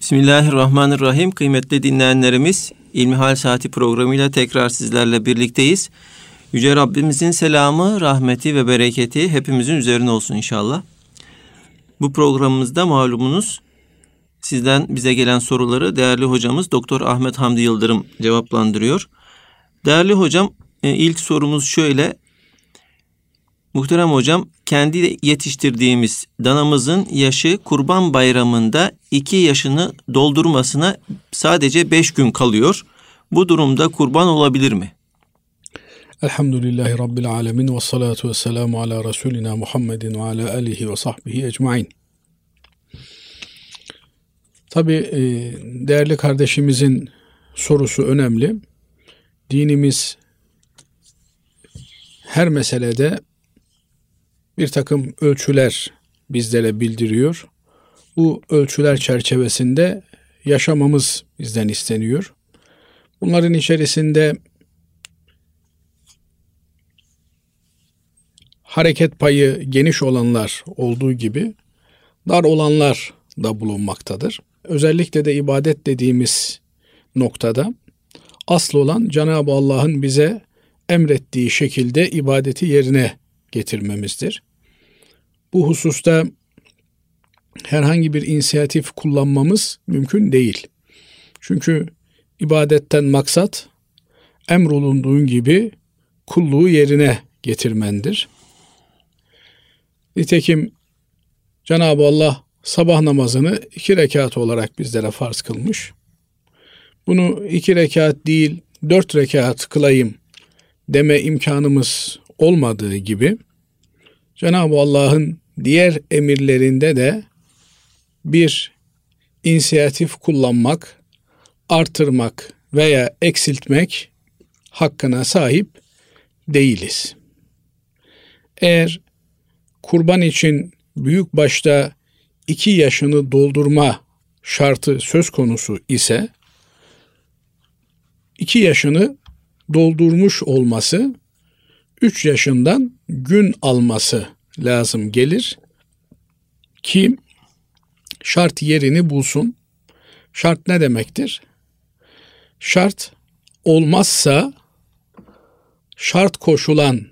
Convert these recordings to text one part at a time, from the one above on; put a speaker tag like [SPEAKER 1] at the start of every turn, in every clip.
[SPEAKER 1] Bismillahirrahmanirrahim. Kıymetli dinleyenlerimiz, İlmihal Saati programıyla tekrar sizlerle birlikteyiz. Yüce Rabbimizin selamı, rahmeti ve bereketi hepimizin üzerine olsun inşallah. Bu programımızda malumunuz sizden bize gelen soruları değerli hocamız Doktor Ahmet Hamdi Yıldırım cevaplandırıyor. Değerli hocam, ilk sorumuz şöyle. Muhterem hocam, kendi yetiştirdiğimiz danamızın yaşı Kurban Bayramı'nda 2 yaşını doldurmasına sadece 5 gün kalıyor. Bu durumda kurban olabilir mi?
[SPEAKER 2] Elhamdülillahi Rabbil alemin ve salatu ve selamu ala Resulina Muhammedin ve ala alihi ve sahbihi ecmain. Tabi değerli kardeşimizin sorusu önemli. Dinimiz her meselede bir takım ölçüler bizlere bildiriyor. Bu ölçüler çerçevesinde yaşamamız bizden isteniyor. Bunların içerisinde hareket payı geniş olanlar olduğu gibi dar olanlar da bulunmaktadır. Özellikle de ibadet dediğimiz noktada asıl olan Cenab-ı Allah'ın bize emrettiği şekilde ibadeti yerine getirmemizdir. Bu hususta herhangi bir inisiyatif kullanmamız mümkün değil. Çünkü ibadetten maksat emrolunduğun gibi kulluğu yerine getirmendir. Nitekim Cenab-ı Allah sabah namazını 2 rekat olarak bizlere farz kılmış. Bunu 2 rekat değil 4 rekat kılayım deme imkanımız olmadığı gibi Cenab-ı Allah'ın diğer emirlerinde de bir inisiyatif kullanmak, artırmak veya eksiltmek hakkına sahip değiliz. Eğer kurban için büyükbaşta 2 yaşını doldurma şartı söz konusu ise 2 yaşını doldurmuş olması 3 yaşından gün alması lazım gelir ki şart yerini bulsun. Şart ne demektir? Şart olmazsa şart koşulan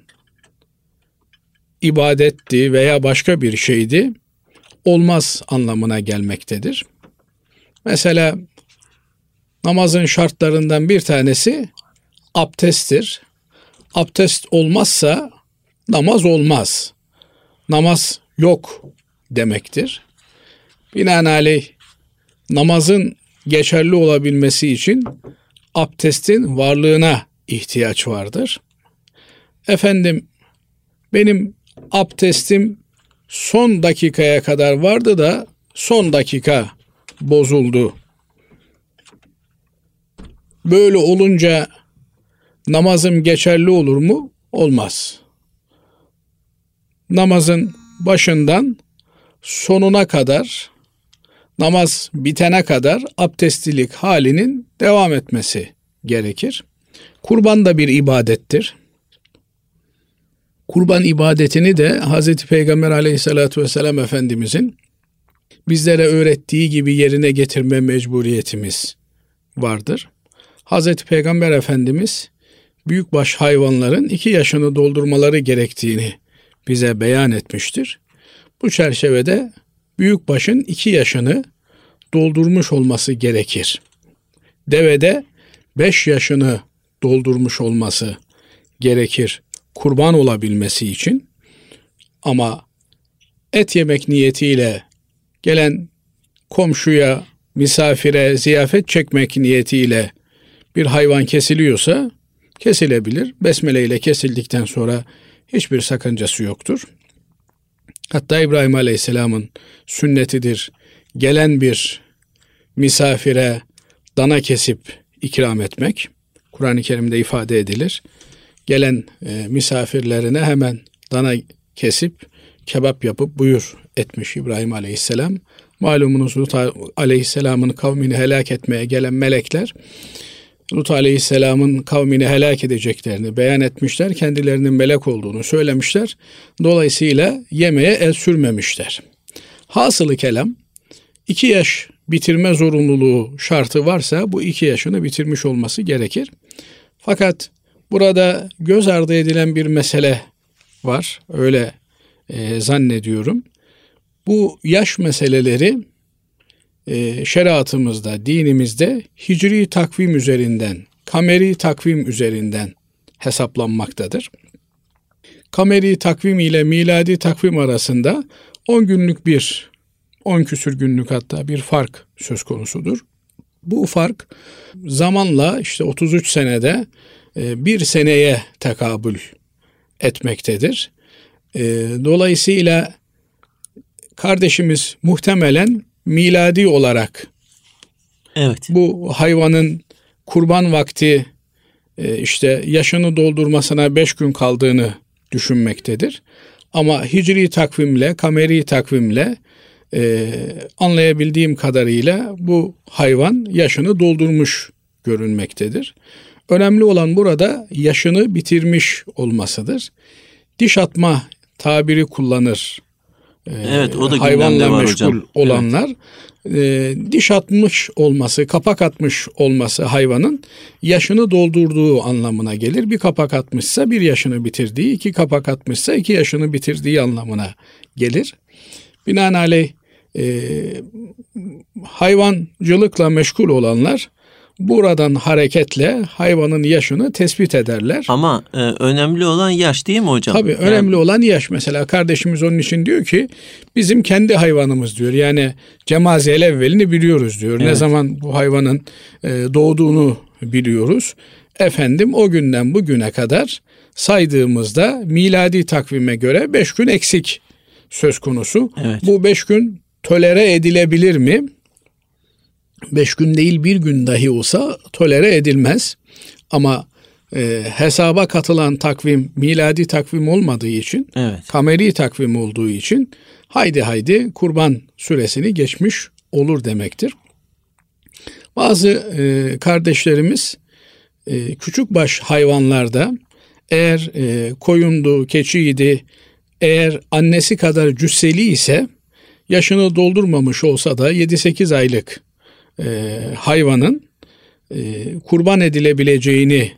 [SPEAKER 2] ibadetti veya başka bir şeydi, olmaz anlamına gelmektedir. Mesela namazın şartlarından bir tanesi abdesttir. Abdest olmazsa namaz olmaz. Namaz yok demektir. Binaenaleyh namazın geçerli olabilmesi için abdestin varlığına ihtiyaç vardır. Efendim benim abdestim son dakikaya kadar vardı da son dakika bozuldu. Böyle olunca namazım geçerli olur mu? Olmaz. Namazın başından sonuna kadar, namaz bitene kadar abdestlilik halinin devam etmesi gerekir. Kurban da bir ibadettir. Kurban ibadetini de Hazreti Peygamber Aleyhisselatü Vesselam Efendimizin bizlere öğrettiği gibi yerine getirme mecburiyetimiz vardır. Hazreti Peygamber Efendimiz büyükbaş hayvanların 2 yaşını doldurmaları gerektiğini bize beyan etmiştir. Bu çerçevede büyükbaşın 2 yaşını doldurmuş olması gerekir. Devede 5 yaşını doldurmuş olması gerekir kurban olabilmesi için. Ama et yemek niyetiyle gelen komşuya, misafire ziyafet çekmek niyetiyle bir hayvan kesiliyorsa kesilebilir. Besmele ile kesildikten sonra hiçbir sakıncası yoktur. Hatta İbrahim Aleyhisselam'ın sünnetidir. Gelen bir misafire dana kesip ikram etmek. Kur'an-ı Kerim'de ifade edilir. Gelen misafirlerine hemen dana kesip kebap yapıp buyur etmiş İbrahim Aleyhisselam. Malumunuz Lut Aleyhisselam'ın kavmini helak etmeye gelen melekler Lut Aleyhisselam'ın kavmini helak edeceklerini beyan etmişler. Kendilerinin melek olduğunu söylemişler. Dolayısıyla yemeğe el sürmemişler. Hasılı kelam 2 yaş bitirme zorunluluğu şartı varsa bu 2 yaşını bitirmiş olması gerekir. Fakat burada göz ardı edilen bir mesele var. Öyle zannediyorum. Bu yaş meseleleri şeriatımızda, dinimizde hicri takvim üzerinden, kameri takvim üzerinden hesaplanmaktadır. Kameri takvim ile miladi takvim arasında 10 küsür günlük hatta bir fark söz konusudur. Bu fark zamanla işte 33 senede bir seneye tekabül etmektedir. Dolayısıyla kardeşimiz muhtemelen miladi olarak bu hayvanın kurban vakti işte yaşını doldurmasına 5 gün kaldığını düşünmektedir. Ama hicri takvimle, kameri takvimle anlayabildiğim kadarıyla bu hayvan yaşını doldurmuş görünmektedir. Önemli olan burada yaşını bitirmiş olmasıdır. Diş atma tabiri kullanır.
[SPEAKER 1] Evet, o da
[SPEAKER 2] hayvanla
[SPEAKER 1] var
[SPEAKER 2] meşgul
[SPEAKER 1] hocam.
[SPEAKER 2] olanlar. Diş atmış olması, kapak atmış olması hayvanın yaşını doldurduğu anlamına gelir. Bir kapak atmışsa 1 yaşını bitirdiği, 2 kapak atmışsa 2 yaşını bitirdiği anlamına gelir. Binaenaleyh hayvancılıkla meşgul olanlar buradan hareketle hayvanın yaşını tespit ederler.
[SPEAKER 1] Ama önemli olan yaş değil mi hocam?
[SPEAKER 2] Tabii önemli olan yaş. Mesela kardeşimiz onun için diyor ki bizim kendi hayvanımız diyor. Yani cemaziyel evvelini biliyoruz diyor. Evet. Ne zaman bu hayvanın doğduğunu biliyoruz. Efendim o günden bugüne kadar saydığımızda miladi takvime göre 5 gün eksik söz konusu.
[SPEAKER 1] Evet.
[SPEAKER 2] Bu 5 gün tolere edilebilir mi? 5 gün değil 1 gün dahi olsa tolere edilmez. Ama hesaba katılan takvim miladi takvim olmadığı için, kameri takvim olduğu için haydi kurban süresini geçmiş olur demektir. Bazı kardeşlerimiz küçükbaş hayvanlarda eğer koyundu, keçiydi, eğer annesi kadar cüsseli ise yaşını doldurmamış olsa da 7-8 aylık hayvanın kurban edilebileceğini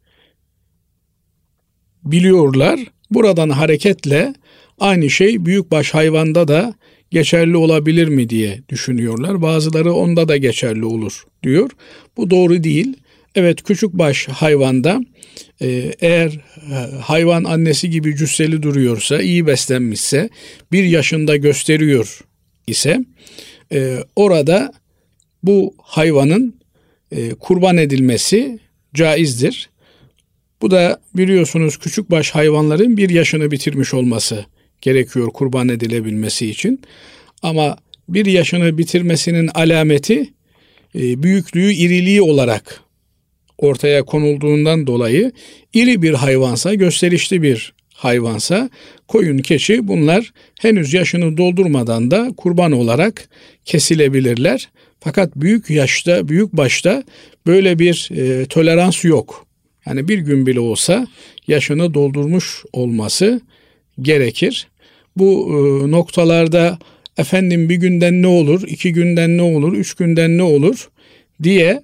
[SPEAKER 2] biliyorlar. Buradan hareketle aynı şey büyükbaş hayvanda da geçerli olabilir mi diye düşünüyorlar. Bazıları onda da geçerli olur diyor. Bu doğru değil. Evet, küçükbaş hayvanda eğer hayvan annesi gibi cüsseli duruyorsa, iyi beslenmişse, 1 yaşında gösteriyor ise orada bu hayvanın kurban edilmesi caizdir. Bu da biliyorsunuz küçükbaş hayvanların 1 yaşını bitirmiş olması gerekiyor kurban edilebilmesi için. Ama 1 yaşını bitirmesinin alameti büyüklüğü, iriliği olarak ortaya konulduğundan dolayı iri bir hayvansa, gösterişli bir hayvansa, koyun, keçi bunlar henüz yaşını doldurmadan da kurban olarak kesilebilirler. Fakat büyük yaşta, büyük başta böyle bir tolerans yok. Yani 1 gün bile olsa yaşını doldurmuş olması gerekir. Bu noktalarda efendim 1 günden ne olur, 2 günden ne olur, 3 günden ne olur diye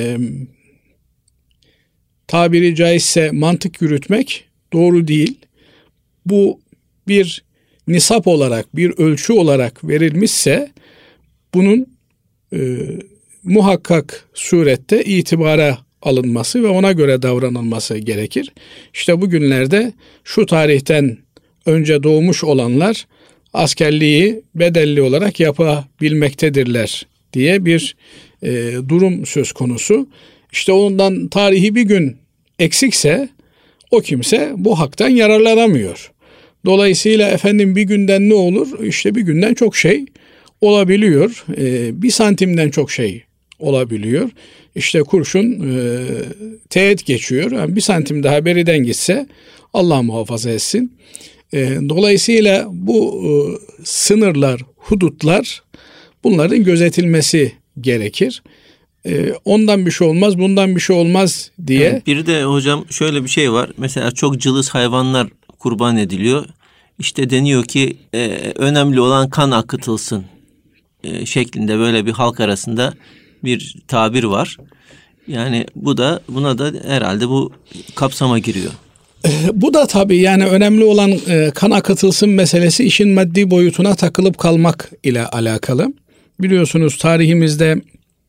[SPEAKER 2] tabiri caizse mantık yürütmek doğru değil. Bu bir nisap olarak, bir ölçü olarak verilmişse bunun muhakkak surette itibara alınması ve ona göre davranılması gerekir. İşte bugünlerde şu tarihten önce doğmuş olanlar askerliği bedelli olarak yapabilmektedirler diye bir durum söz konusu. İşte ondan tarihi 1 gün eksikse o kimse bu haktan yararlanamıyor. Dolayısıyla efendim 1 günden ne olur? İşte 1 günden çok şey olabiliyor. 1 santimden çok şey olabiliyor. İşte kurşun teğet geçiyor. Yani 1 santim daha beriden gitse Allah muhafaza etsin. Dolayısıyla bu sınırlar, hudutlar bunların gözetilmesi gerekir. Ondan bir şey olmaz, bundan bir şey olmaz diye.
[SPEAKER 1] Evet, bir de hocam şöyle bir şey var. Mesela çok cılız hayvanlar kurban ediliyor. İşte deniyor ki önemli olan kan akıtılsın. şeklinde böyle bir halk arasında bir tabir var. Yani buna da herhalde bu kapsama giriyor.
[SPEAKER 2] Bu da tabii yani önemli olan kan akıtılsın meselesi işin maddi boyutuna takılıp kalmak ile alakalı. Biliyorsunuz tarihimizde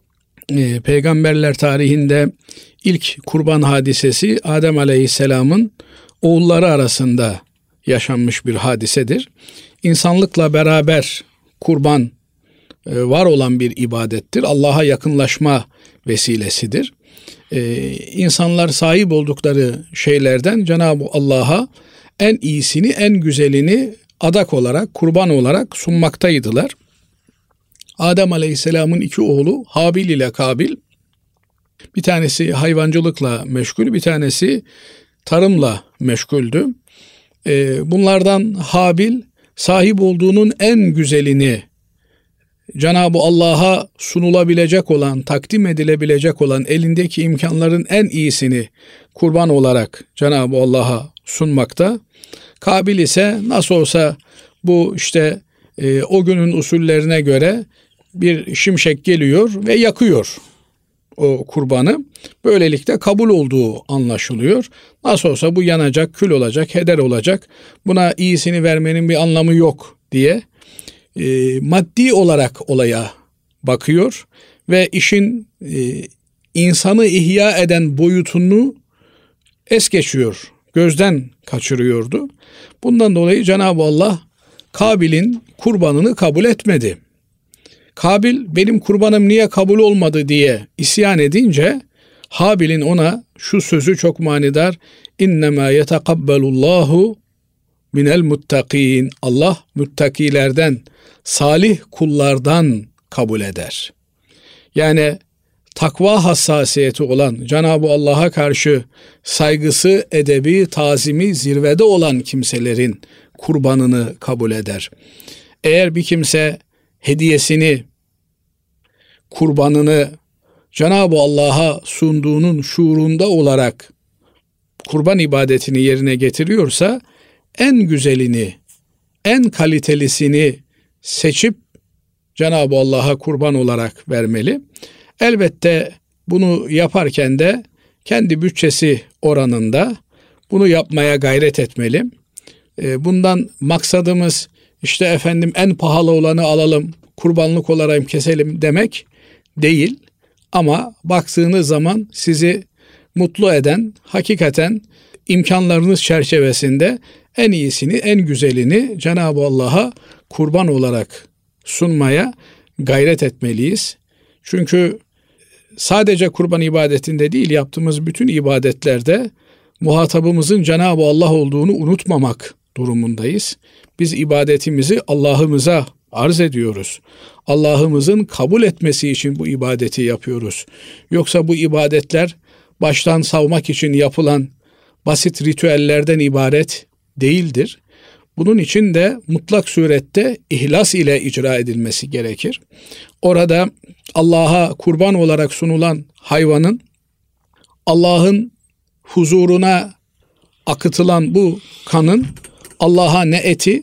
[SPEAKER 2] peygamberler tarihinde ilk kurban hadisesi Adem Aleyhisselam'ın oğulları arasında yaşanmış bir hadisedir. İnsanlıkla beraber kurban var olan bir ibadettir. Allah'a yakınlaşma vesilesidir. İnsanlar sahip oldukları şeylerden Cenab-ı Allah'a en iyisini, en güzelini adak olarak, kurban olarak sunmaktaydılar. Adem Aleyhisselam'ın iki oğlu Habil ile Kabil, bir tanesi hayvancılıkla meşgul, bir tanesi tarımla meşguldü. Bunlardan Habil sahip olduğunun en güzelini Cenab-ı Allah'a sunulabilecek olan, takdim edilebilecek olan elindeki imkanların en iyisini kurban olarak Cenab-ı Allah'a sunmakta. Kabil ise nasıl olsa bu işte o günün usullerine göre bir şimşek geliyor ve yakıyor o kurbanı. Böylelikle kabul olduğu anlaşılıyor. Nasıl olsa bu yanacak, kül olacak, heder olacak. Buna iyisini vermenin bir anlamı yok diye maddi olarak olaya bakıyor ve işin insanı ihya eden boyutunu es geçiyor, gözden kaçırıyordu. Bundan dolayı Cenab-ı Allah Kabil'in kurbanını kabul etmedi. Kabil benim kurbanım niye kabul olmadı diye isyan edince Habil'in ona şu sözü çok manidar. İnnemâ yetekabbalullahu minel muttakin. Allah muttakilerden, salih kullardan kabul eder. Yani takva hassasiyeti olan, Cenab-ı Allah'a karşı saygısı, edebi, tazimi zirvede olan kimselerin kurbanını kabul eder. Eğer bir kimse hediyesini, kurbanını Cenab-ı Allah'a sunduğunun şuurunda olarak kurban ibadetini yerine getiriyorsa en güzelini, en kalitelisini seçip Cenab-ı Allah'a kurban olarak vermeli. Elbette bunu yaparken de kendi bütçesi oranında bunu yapmaya gayret etmeli. Bundan maksadımız işte efendim en pahalı olanı alalım, kurbanlık olarak keselim demek değil. Ama baktığınız zaman sizi mutlu eden, hakikaten imkanlarınız çerçevesinde en iyisini, en güzelini Cenab-ı Allah'a kurban olarak sunmaya gayret etmeliyiz. Çünkü sadece kurban ibadetinde değil, yaptığımız bütün ibadetlerde muhatabımızın Cenab-ı Allah olduğunu unutmamak durumundayız. Biz ibadetimizi Allah'ımıza arz ediyoruz. Allah'ımızın kabul etmesi için bu ibadeti yapıyoruz. Yoksa bu ibadetler baştan savmak için yapılan basit ritüellerden ibaret değildir. Bunun için de mutlak surette ihlas ile icra edilmesi gerekir. Orada Allah'a kurban olarak sunulan hayvanın Allah'ın huzuruna akıtılan bu kanın Allah'a ne eti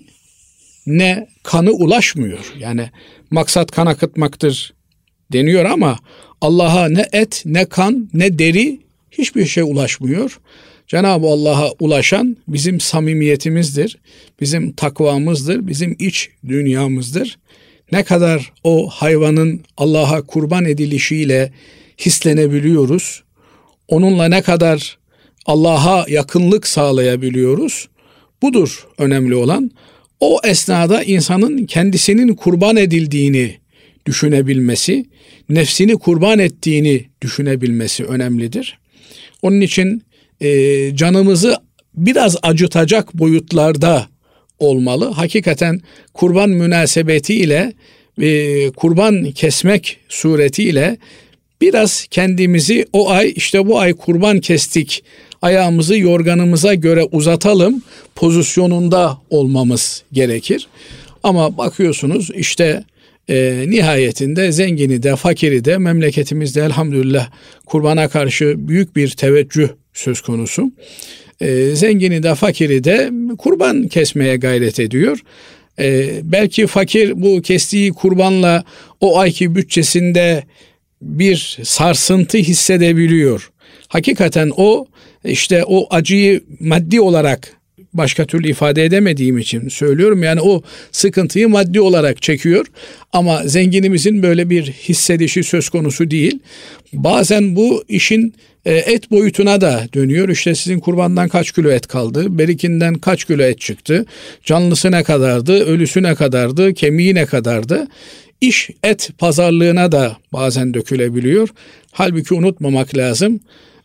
[SPEAKER 2] ne kanı ulaşmıyor. Yani maksat kan akıtmaktır deniyor ama Allah'a ne et, ne kan, ne deri hiçbir şey ulaşmıyor. Cenab-ı Allah'a ulaşan bizim samimiyetimizdir, bizim takvamızdır, bizim iç dünyamızdır. Ne kadar o hayvanın Allah'a kurban edilişiyle hislenebiliyoruz, onunla ne kadar Allah'a yakınlık sağlayabiliyoruz, budur önemli olan. O esnada insanın kendisinin kurban edildiğini düşünebilmesi, nefsini kurban ettiğini düşünebilmesi önemlidir. Onun için canımızı biraz acıtacak boyutlarda olmalı. Hakikaten kurban münasebetiyle, kurban kesmek suretiyle biraz kendimizi o ay, işte bu ay kurban kestik, ayağımızı yorganımıza göre uzatalım pozisyonunda olmamız gerekir. Ama bakıyorsunuz işte nihayetinde zengini de fakiri de memleketimizde elhamdülillah kurbana karşı büyük bir teveccüh söz konusu. Zengini de fakiri de kurban kesmeye gayret ediyor. Belki fakir bu kestiği kurbanla o ayki bütçesinde bir sarsıntı hissedebiliyor. Hakikaten o işte o acıyı maddi olarak başka türlü ifade edemediğim için söylüyorum. Yani o sıkıntıyı maddi olarak çekiyor ama zenginimizin böyle bir hissedişi söz konusu değil. Bazen bu işin et boyutuna da dönüyor. İşte sizin kurbandan kaç kilo et kaldı? Berikinden kaç kilo et çıktı? Canlısı ne kadardı? Ölüsü ne kadardı? Kemiği ne kadardı? İş et pazarlığına da bazen dökülebiliyor. Halbuki unutmamak lazım.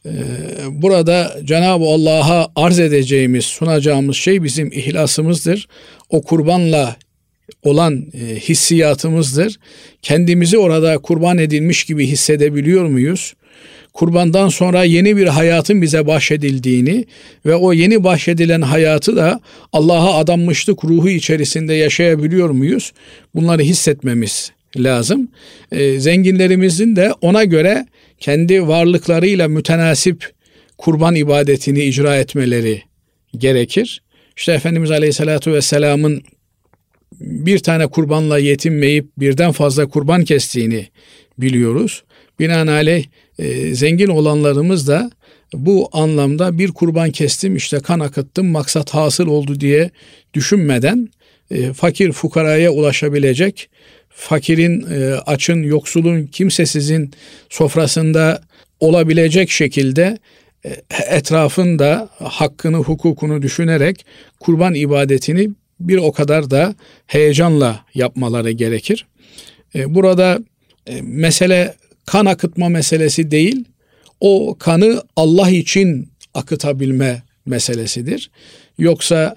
[SPEAKER 2] Burada Cenab-ı Allah'a arz edeceğimiz, sunacağımız şey bizim ihlasımızdır. O kurbanla olan hissiyatımızdır. Kendimizi orada kurban edilmiş gibi hissedebiliyor muyuz? Kurbandan sonra yeni bir hayatın bize bahşedildiğini ve o yeni bahşedilen hayatı da Allah'a adanmışlık ruhu içerisinde yaşayabiliyor muyuz? Bunları hissetmemiz lazım. Zenginlerimizin de ona göre kendi varlıklarıyla mütenasip kurban ibadetini icra etmeleri gerekir. İşte Efendimiz Aleyhisselatü Vesselam'ın bir tane kurbanla yetinmeyip birden fazla kurban kestiğini biliyoruz. Binaenaleyh zengin olanlarımız da bu anlamda bir kurban kestim işte kan akıttım maksat hasıl oldu diye düşünmeden fakir fukaraya ulaşabilecek, fakirin, açın, yoksulun, kimsesizin sofrasında olabilecek şekilde etrafında hakkını, hukukunu düşünerek kurban ibadetini bir o kadar da heyecanla yapmaları gerekir. Burada mesele kan akıtma meselesi değil, o kanı Allah için akıtabilme meselesidir. Yoksa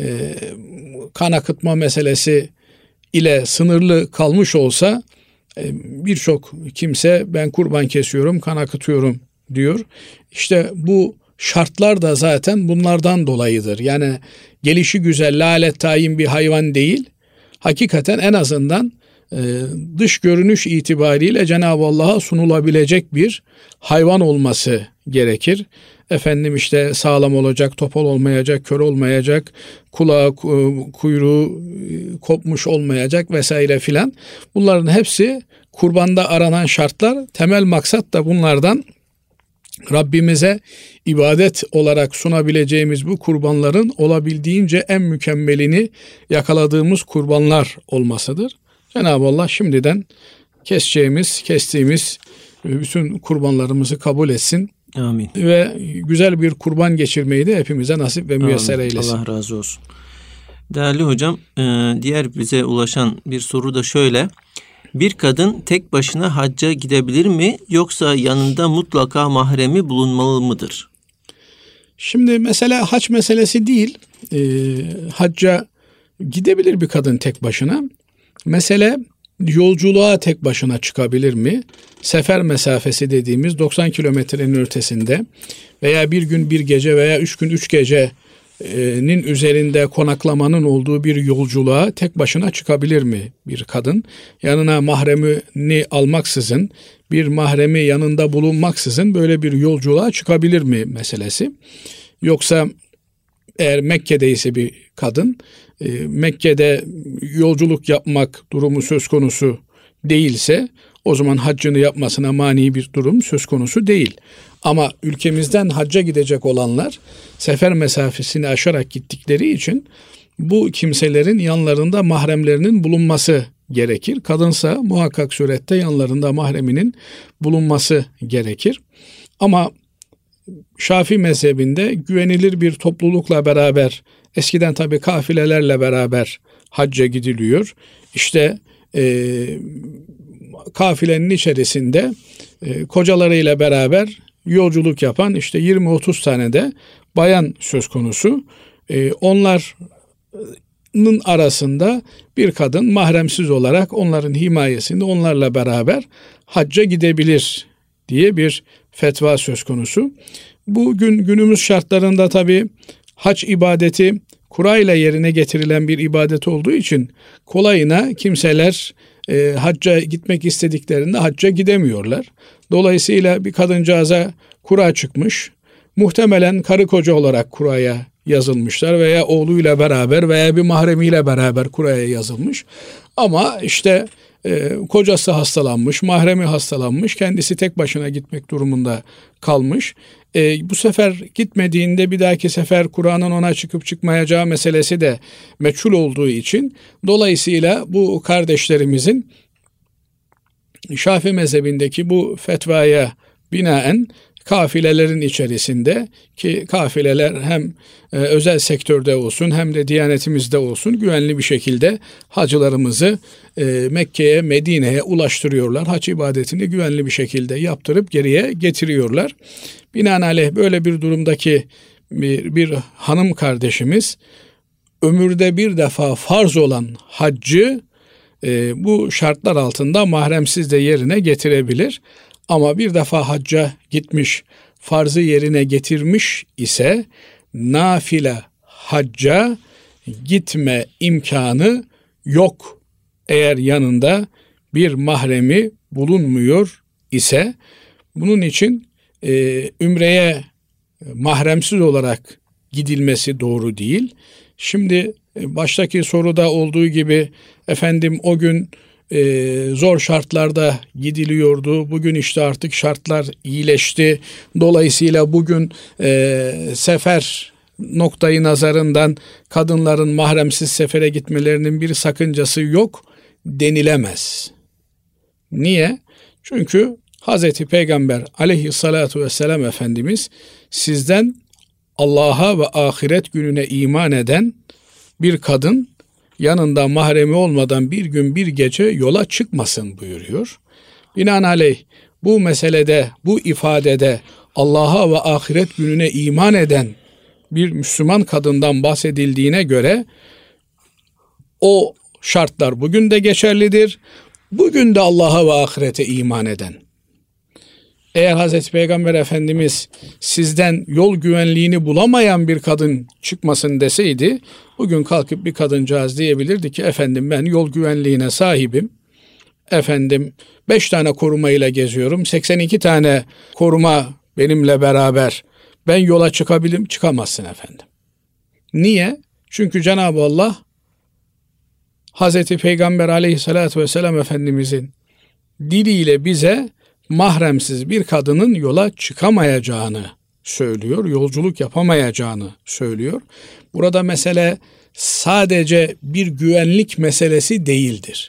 [SPEAKER 2] kan akıtma meselesi ile sınırlı kalmış olsa birçok kimse ben kurban kesiyorum, kan akıtıyorum diyor. İşte bu şartlar da zaten bunlardan dolayıdır. Yani gelişi güzel, lalet tayin bir hayvan değil. Hakikaten en azından dış görünüş itibariyle Cenab-ı Allah'a sunulabilecek bir hayvan olması gerekir. Efendim işte sağlam olacak, topal olmayacak, kör olmayacak, kulağı, kuyruğu kopmuş olmayacak vesaire filan. Bunların hepsi kurbanda aranan şartlar. Temel maksat da bunlardan Rabbimize ibadet olarak sunabileceğimiz bu kurbanların olabildiğince en mükemmelini yakaladığımız kurbanlar olmasıdır. Cenab-ı Allah şimdiden kestiğimiz bütün kurbanlarımızı kabul etsin.
[SPEAKER 1] Amin.
[SPEAKER 2] Ve güzel bir kurban geçirmeyi de hepimize nasip ve müyesser eylesin.
[SPEAKER 1] Allah razı olsun. Değerli hocam, diğer bize ulaşan bir soru da şöyle. Bir kadın tek başına hacca gidebilir mi yoksa yanında mutlaka mahremi bulunmalı mıdır?
[SPEAKER 2] Şimdi mesela hac meselesi değil. Hacca gidebilir bir kadın tek başına. Mesele yolculuğa tek başına çıkabilir mi? Sefer mesafesi dediğimiz 90 kilometrenin ötesinde veya bir gün bir gece veya 3 gün 3 gecenin üzerinde konaklamanın olduğu bir yolculuğa tek başına çıkabilir mi bir kadın? Yanına mahremini almaksızın, bir mahremi yanında bulunmaksızın böyle bir yolculuğa çıkabilir mi meselesi? Yoksa eğer Mekke'deyse bir kadın, Mekke'de yolculuk yapmak durumu söz konusu değilse o zaman haccını yapmasına mani bir durum söz konusu değil. Ama ülkemizden hacca gidecek olanlar sefer mesafesini aşarak gittikleri için bu kimselerin yanlarında mahremlerinin bulunması gerekir. Kadınsa muhakkak surette yanlarında mahreminin bulunması gerekir. Ama Şafii mezhebinde güvenilir bir toplulukla beraber, eskiden tabii kafilelerle beraber hacca gidiliyor. İşte kafilenin içerisinde kocalarıyla beraber yolculuk yapan işte 20-30 tane de bayan söz konusu. Onların arasında bir kadın mahremsiz olarak onların himayesinde onlarla beraber hacca gidebilir diye bir fetva söz konusu. Bugün günümüz şartlarında tabii hac ibadeti kura ile yerine getirilen bir ibadet olduğu için kolayına kimseler hacca gitmek istediklerinde hacca gidemiyorlar. Dolayısıyla bir kadıncağıza kura çıkmış. Muhtemelen karı koca olarak kuraya yazılmışlar veya oğluyla beraber veya bir mahremiyle beraber kuraya yazılmış. Ama işte kocası hastalanmış, mahremi hastalanmış, kendisi tek başına gitmek durumunda kalmış. Bu sefer gitmediğinde bir dahaki sefer Kur'an'ın ona çıkıp çıkmayacağı meselesi de meçhul olduğu için dolayısıyla bu kardeşlerimizin Şafii mezhebindeki bu fetvaya binaen kafilelerin içerisinde, ki kafileler hem özel sektörde olsun hem de diyanetimizde olsun güvenli bir şekilde hacılarımızı Mekke'ye, Medine'ye ulaştırıyorlar. Hac ibadetini güvenli bir şekilde yaptırıp geriye getiriyorlar. Binaenaleyh böyle bir durumdaki bir hanım kardeşimiz ömürde bir defa farz olan haccı bu şartlar altında mahremsiz de yerine getirebilir. Ama bir defa hacca gitmiş, farzı yerine getirmiş ise nafile hacca gitme imkanı yok. Eğer yanında bir mahremi bulunmuyor ise, bunun için ümreye mahremsiz olarak gidilmesi doğru değil. Şimdi baştaki soruda olduğu gibi efendim o gün zor şartlarda gidiliyordu. Bugün işte artık şartlar iyileşti. Dolayısıyla bugün sefer noktayı nazarından kadınların mahremsiz sefere gitmelerinin bir sakıncası yok denilemez. Niye? Çünkü Hazreti Peygamber aleyhissalatu vesselam Efendimiz sizden Allah'a ve ahiret gününe iman eden bir kadın yanında mahremi olmadan bir gün bir gece yola çıkmasın buyuruyor. Binaenaleyh bu meselede, bu ifadede Allah'a ve ahiret gününe iman eden bir Müslüman kadından bahsedildiğine göre o şartlar bugün de geçerlidir. Bugün de Allah'a ve ahirete iman eden. Eğer Hazreti Peygamber Efendimiz sizden yol güvenliğini bulamayan bir kadın çıkmasın deseydi, bugün kalkıp bir kadıncağız diyebilirdi ki efendim ben yol güvenliğine sahibim. Efendim 5 tane korumayla geziyorum. 82 tane koruma benimle beraber. Ben yola çıkabilirim. Çıkamazsın efendim. Niye? Çünkü Cenab-ı Allah Hazreti Peygamber aleyhissalatü vesselam Efendimizin diliyle bize mahremsiz bir kadının yola çıkamayacağını söylüyor, yolculuk yapamayacağını söylüyor. Burada mesele sadece bir güvenlik meselesi değildir.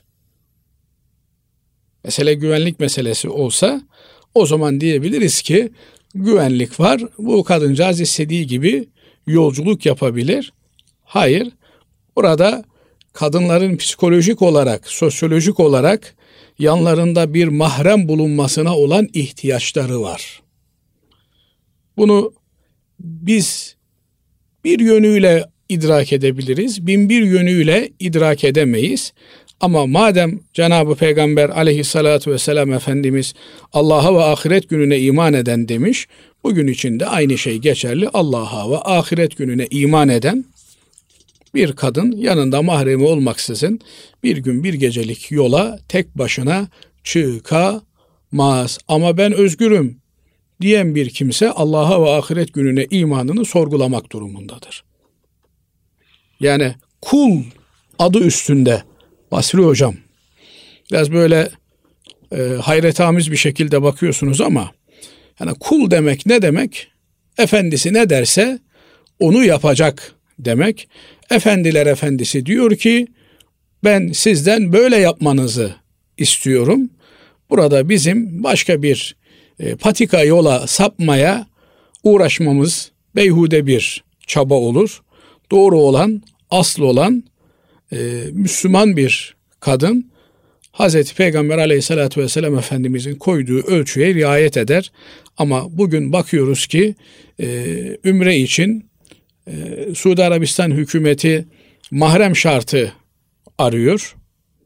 [SPEAKER 2] Mesele güvenlik meselesi olsa o zaman diyebiliriz ki güvenlik var, bu kadıncağız istediği gibi yolculuk yapabilir. Hayır, burada kadınların psikolojik olarak, sosyolojik olarak yanlarında bir mahrem bulunmasına olan ihtiyaçları var. Bunu biz bir yönüyle idrak edebiliriz, bin bir yönüyle idrak edemeyiz. Ama madem Cenab-ı Peygamber aleyhissalatu vesselam Efendimiz Allah'a ve ahiret gününe iman eden demiş, bugün için de aynı şey geçerli. Allah'a ve ahiret gününe iman eden bir kadın yanında mahremi olmaksızın bir gün bir gecelik yola tek başına çıkamaz. Ama ben özgürüm diyen bir kimse Allah'a ve ahiret gününe imanını sorgulamak durumundadır. Yani kul adı üstünde Basri Hocam, biraz böyle hayretamiz bir şekilde bakıyorsunuz ama yani kul demek ne demek? Efendisi ne derse onu yapacak demek. Efendiler efendisi diyor ki ben sizden böyle yapmanızı istiyorum. Burada bizim başka bir patika yola sapmaya uğraşmamız beyhude bir çaba olur. Doğru olan, asıl olan Müslüman bir kadın Hazreti Peygamber aleyhissalatü vesselam Efendimizin koyduğu ölçüye riayet eder. Ama bugün bakıyoruz ki ümre için Suudi Arabistan hükümeti mahrem şartı arıyor.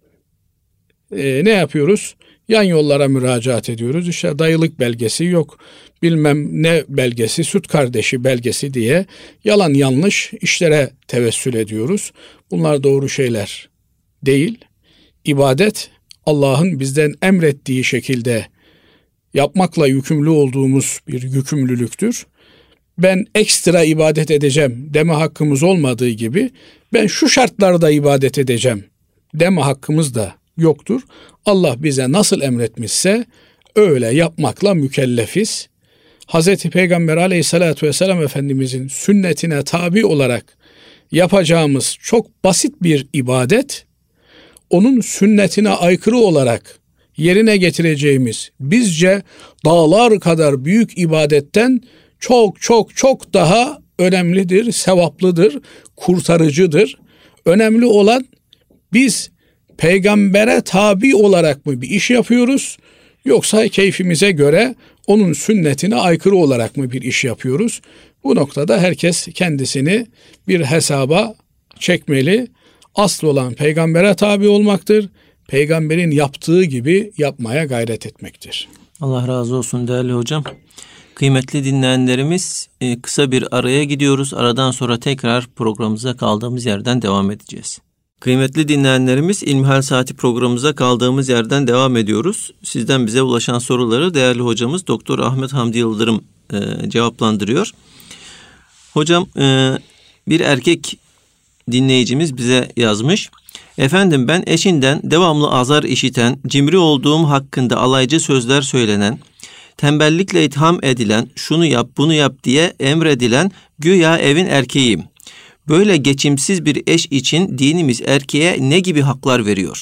[SPEAKER 2] Ne yapıyoruz? Yan yollara müracaat ediyoruz. İşte dayılık belgesi yok, bilmem ne belgesi, süt kardeşi belgesi diye yalan yanlış işlere tevessül ediyoruz. Bunlar doğru şeyler değil. İbadet Allah'ın bizden emrettiği şekilde yapmakla yükümlü olduğumuz bir yükümlülüktür. ben ekstra ibadet edeceğim deme hakkımız olmadığı gibi ben şu şartlarda ibadet edeceğim deme hakkımız da yoktur. Allah bize nasıl emretmişse öyle yapmakla mükellefiz. Hazreti Peygamber aleyhissalatü vesselam Efendimizin sünnetine tabi olarak yapacağımız çok basit bir ibadet, onun sünnetine aykırı olarak yerine getireceğimiz bizce dağlar kadar büyük ibadetten çok çok çok daha önemlidir, sevaplıdır, kurtarıcıdır. Önemli olan biz peygambere tabi olarak mı bir iş yapıyoruz, yoksa keyfimize göre onun sünnetine aykırı olarak mı bir iş yapıyoruz? Bu noktada herkes kendisini bir hesaba çekmeli. Asıl olan peygambere tabi olmaktır. Peygamberin yaptığı gibi yapmaya gayret etmektir.
[SPEAKER 1] Allah razı olsun değerli hocam. Kıymetli dinleyenlerimiz, kısa bir araya gidiyoruz. Aradan sonra tekrar programımıza kaldığımız yerden devam edeceğiz. Kıymetli dinleyenlerimiz, İlmihal Saati programımıza kaldığımız yerden devam ediyoruz. Sizden bize ulaşan soruları değerli hocamız Doktor Ahmet Hamdi Yıldırım cevaplandırıyor. Hocam, bir erkek dinleyicimiz bize yazmış. Efendim, ben eşinden devamlı azar işiten, cimri olduğum hakkında alaycı sözler söylenen, tembellikle itham edilen, şunu yap bunu yap diye emredilen güya evin erkeğiyim. Böyle geçimsiz bir eş için dinimiz erkeğe ne gibi haklar veriyor?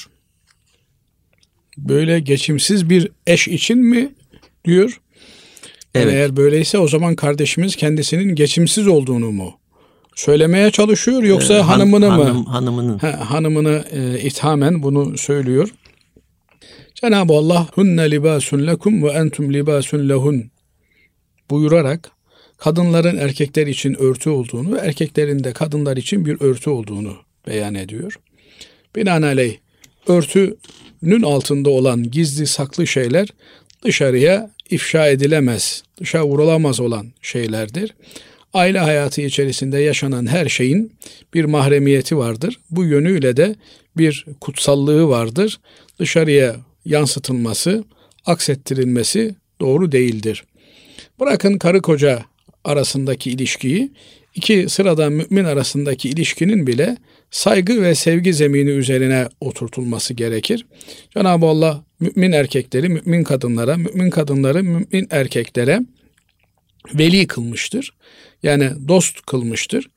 [SPEAKER 2] Böyle geçimsiz bir eş için mi diyor?
[SPEAKER 1] Evet.
[SPEAKER 2] Eğer böyleyse o zaman kardeşimiz kendisinin geçimsiz olduğunu mu söylemeye çalışıyor, yoksa hanımını mı? Hanımını ithamen bunu söylüyor. Cenab-ı Allah hunne libasun lekum ve entum libasun lehun buyurarak kadınların erkekler için örtü olduğunu, erkeklerin de kadınlar için bir örtü olduğunu beyan ediyor. Binaenaleyh örtünün altında olan gizli saklı şeyler dışarıya ifşa edilemez, dışa vurulamaz olan şeylerdir. Aile hayatı içerisinde yaşanan her şeyin bir mahremiyeti vardır. Bu yönüyle de bir kutsallığı vardır. Dışarıya yansıtılması, aksettirilmesi doğru değildir. Bırakın karı koca arasındaki ilişkiyi, iki sıradan mümin arasındaki ilişkinin bile saygı ve sevgi zemini üzerine oturtulması gerekir. Cenab-ı Allah mümin erkekleri mümin kadınlara, mümin kadınları mümin erkeklere veli kılmıştır. Yani dost kılmıştır.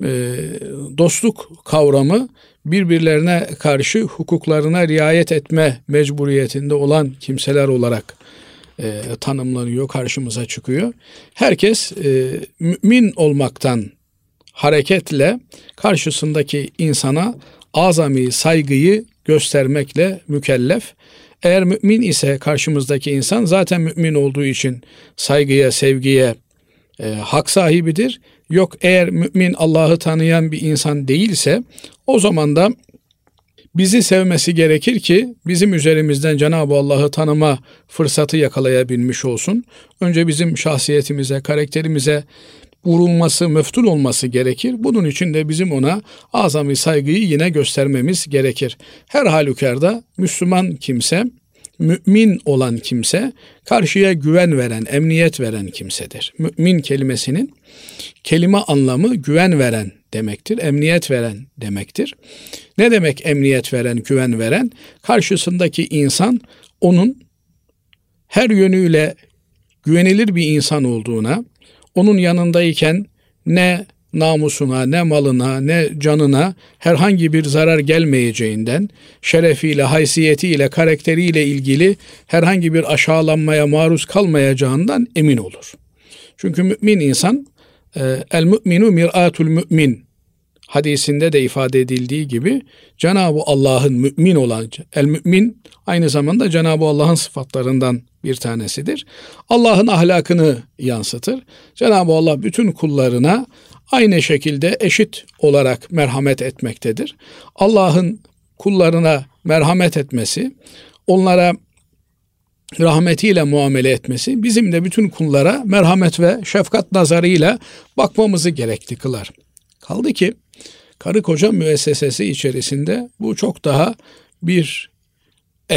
[SPEAKER 2] Dostluk kavramı birbirlerine karşı hukuklarına riayet etme mecburiyetinde olan kimseler olarak tanımlanıyor, karşımıza çıkıyor. Herkes mümin olmaktan hareketle karşısındaki insana azami saygıyı göstermekle mükellef. Eğer mümin ise karşımızdaki insan zaten mümin olduğu için saygıya, sevgiye hak sahibidir. Yok, eğer mümin Allah'ı tanıyan bir insan değilse o zaman da bizi sevmesi gerekir ki bizim üzerimizden Cenab-ı Allah'ı tanıma fırsatı yakalayabilmiş olsun. Önce bizim şahsiyetimize, karakterimize vurulması, müftun olması gerekir. Bunun için de bizim ona azami saygıyı yine göstermemiz gerekir. Her halükarda Müslüman kimse, mümin olan kimse karşıya güven veren, emniyet veren kimsedir. Mümin kelimesinin kelime anlamı güven veren demektir, emniyet veren demektir. Ne demek emniyet veren, güven veren? Karşısındaki insan onun her yönüyle güvenilir bir insan olduğuna, onun yanındayken ne namusuna, ne malına, ne canına herhangi bir zarar gelmeyeceğinden, şerefiyle, haysiyetiyle, karakteriyle ilgili herhangi bir aşağılanmaya maruz kalmayacağından emin olur. Çünkü mümin insan, el mü'minu mir'atul mü'min hadisinde de ifade edildiği gibi Cenab-ı Allah'ın mümin olan, el mümin aynı zamanda Cenab-ı Allah'ın sıfatlarından bir tanesidir. Allah'ın ahlakını yansıtır. Cenab-ı Allah bütün kullarına aynı şekilde eşit olarak merhamet etmektedir. Allah'ın kullarına merhamet etmesi, onlara rahmetiyle muamele etmesi, bizim de bütün kullara merhamet ve şefkat nazarıyla bakmamızı gerekli kılar. Kaldı ki karı koca müessesesi içerisinde bu çok daha bir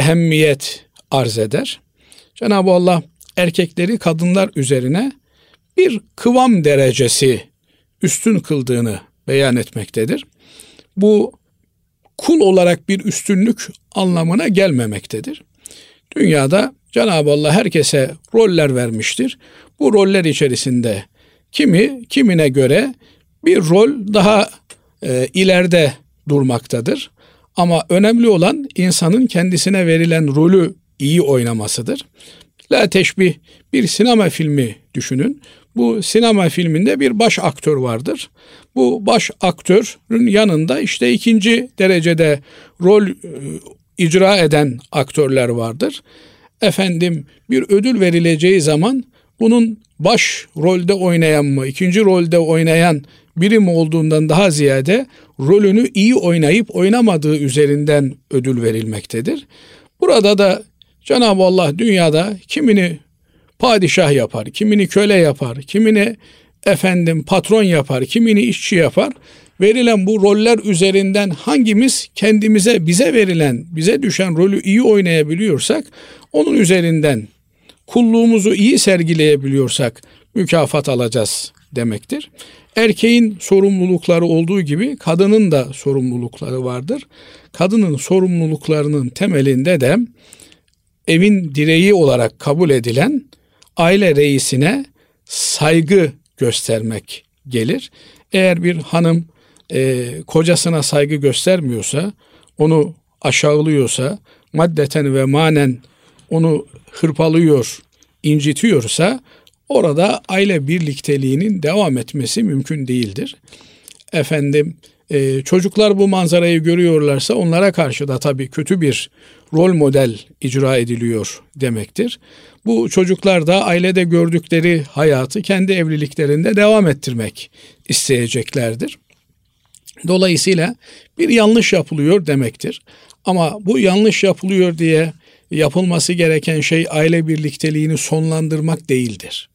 [SPEAKER 2] ehemmiyet arz eder. Cenab-ı Allah erkekleri kadınlar üzerine bir kıvam derecesi üstün kıldığını beyan etmektedir. Bu kul olarak bir üstünlük anlamına gelmemektedir. Dünyada Cenab-ı Allah herkese roller vermiştir. Bu roller içerisinde kimine göre bir rol daha ileride durmaktadır. Ama önemli olan insanın kendisine verilen rolü iyi oynamasıdır. La teşbih, bir sinema filmi düşünün. Bu sinema filminde bir baş aktör vardır. Bu baş aktörün yanında işte ikinci derecede rol icra eden aktörler vardır. Efendim, bir ödül verileceği zaman bunun baş rolde oynayan mı, ikinci rolde oynayan biri mi olduğundan daha ziyade rolünü iyi oynayıp oynamadığı üzerinden ödül verilmektedir. Burada da Cenab-ı Allah dünyada kimini padişah yapar, kimini köle yapar, kimini patron yapar, kimini işçi yapar. Verilen bu roller üzerinden hangimiz kendimize, bize düşen rolü iyi oynayabiliyorsak, onun üzerinden kulluğumuzu iyi sergileyebiliyorsak mükafat alacağız demektir. Erkeğin sorumlulukları olduğu gibi kadının da sorumlulukları vardır. Kadının sorumluluklarının temelinde de evin direği olarak kabul edilen aile reisine saygı göstermek gelir. Eğer bir hanım kocasına saygı göstermiyorsa, onu aşağılıyorsa, maddeten ve manen onu hırpalıyor, incitiyorsa, orada aile birlikteliğinin devam etmesi mümkün değildir. Çocuklar bu manzarayı görüyorlarsa onlara karşı da tabii kötü bir rol model icra ediliyor demektir. Bu çocuklar da ailede gördükleri hayatı kendi evliliklerinde devam ettirmek isteyeceklerdir. Dolayısıyla bir yanlış yapılıyor demektir. Ama bu yanlış yapılıyor diye yapılması gereken şey aile birlikteliğini sonlandırmak değildir.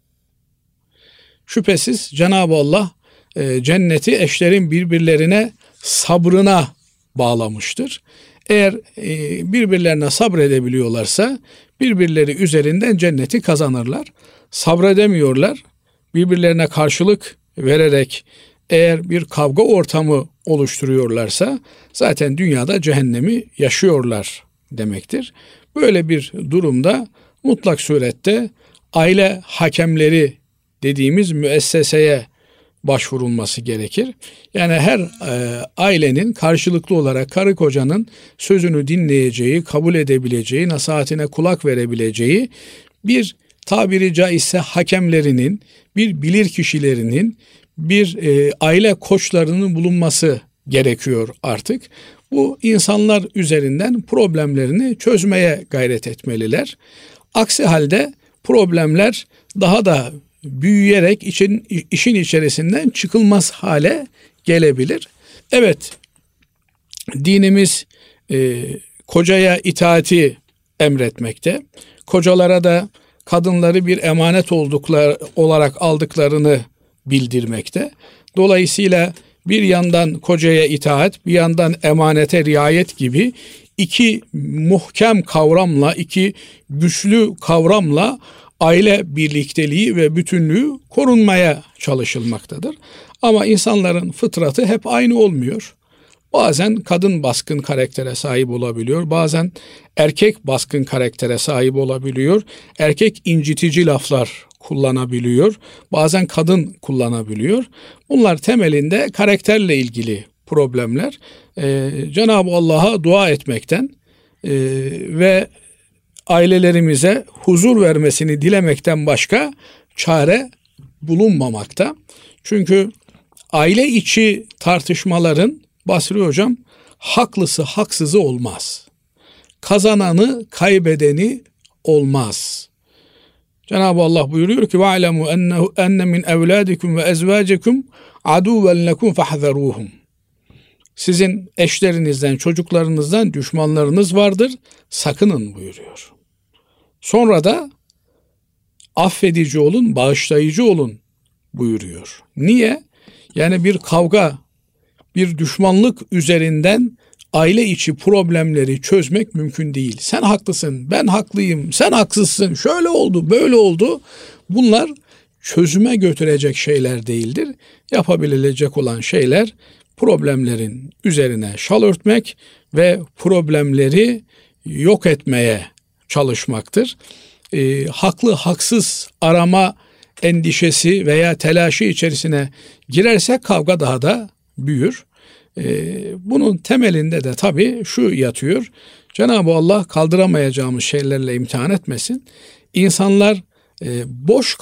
[SPEAKER 2] Şüphesiz Cenab-ı Allah cenneti eşlerin birbirlerine sabrına bağlamıştır. Eğer birbirlerine sabredebiliyorlarsa birbirleri üzerinden cenneti kazanırlar. Sabredemiyorlar, birbirlerine karşılık vererek eğer bir kavga ortamı oluşturuyorlarsa zaten dünyada cehennemi yaşıyorlar demektir. Böyle bir durumda mutlak surette aile hakemleri dediğimiz müesseseye başvurulması gerekir. Yani her ailenin karşılıklı olarak karı kocanın sözünü dinleyeceği, kabul edebileceği, nasihatine kulak verebileceği bir tabiri caizse hakemlerinin, bir bilir kişilerinin, bir aile koçlarının bulunması gerekiyor artık. Bu insanlar üzerinden problemlerini çözmeye gayret etmeliler. Aksi halde problemler daha da büyüyerek işin içerisinden çıkılmaz hale gelebilir. Evet, dinimiz kocaya itaati emretmekte. Kocalara da kadınları bir emanet olarak aldıklarını bildirmekte. Dolayısıyla bir yandan kocaya itaat, bir yandan emanete riayet gibi iki muhkem kavramla, iki güçlü kavramla aile birlikteliği ve bütünlüğü korunmaya çalışılmaktadır. Ama insanların fıtratı hep aynı olmuyor. Bazen kadın baskın karaktere sahip olabiliyor. Bazen erkek baskın karaktere sahip olabiliyor. Erkek incitici laflar kullanabiliyor. Bazen kadın kullanabiliyor. Bunlar temelinde karakterle ilgili problemler. Cenab-ı Allah'a dua etmekten ve ailelerimize huzur vermesini dilemekten başka çare bulunmamakta. Çünkü aile içi tartışmaların, Basri Hocam, haklısı haksızı olmaz. Kazananı kaybedeni olmaz. Cenab-ı Allah buyuruyor ki وَعْلَمُوا اَنَّ مِنْ اَوْلَادِكُمْ وَاَزْوَاجِكُمْ عَدُوًا لَكُمْ فَحْذَرُوهُمْ. Sizin eşlerinizden, çocuklarınızdan düşmanlarınız vardır, sakının buyuruyor. Sonra da affedici olun, bağışlayıcı olun buyuruyor. Niye? Yani bir kavga, bir düşmanlık üzerinden aile içi problemleri çözmek mümkün değil. Sen haklısın, ben haklıyım, sen haksızsın, şöyle oldu, böyle oldu. Bunlar çözüme götürecek şeyler değildir. Yapabilecek olan şeyler problemlerin üzerine şal örtmek ve problemleri yok etmeye çalışmaktır. Haklı haksız arama endişesi veya telaşı içerisine girerse kavga daha da büyür. Bunun temelinde de tabii şu yatıyor. Cenab-ı Allah kaldıramayacağımız şeylerle imtihan etmesin. İnsanlar boş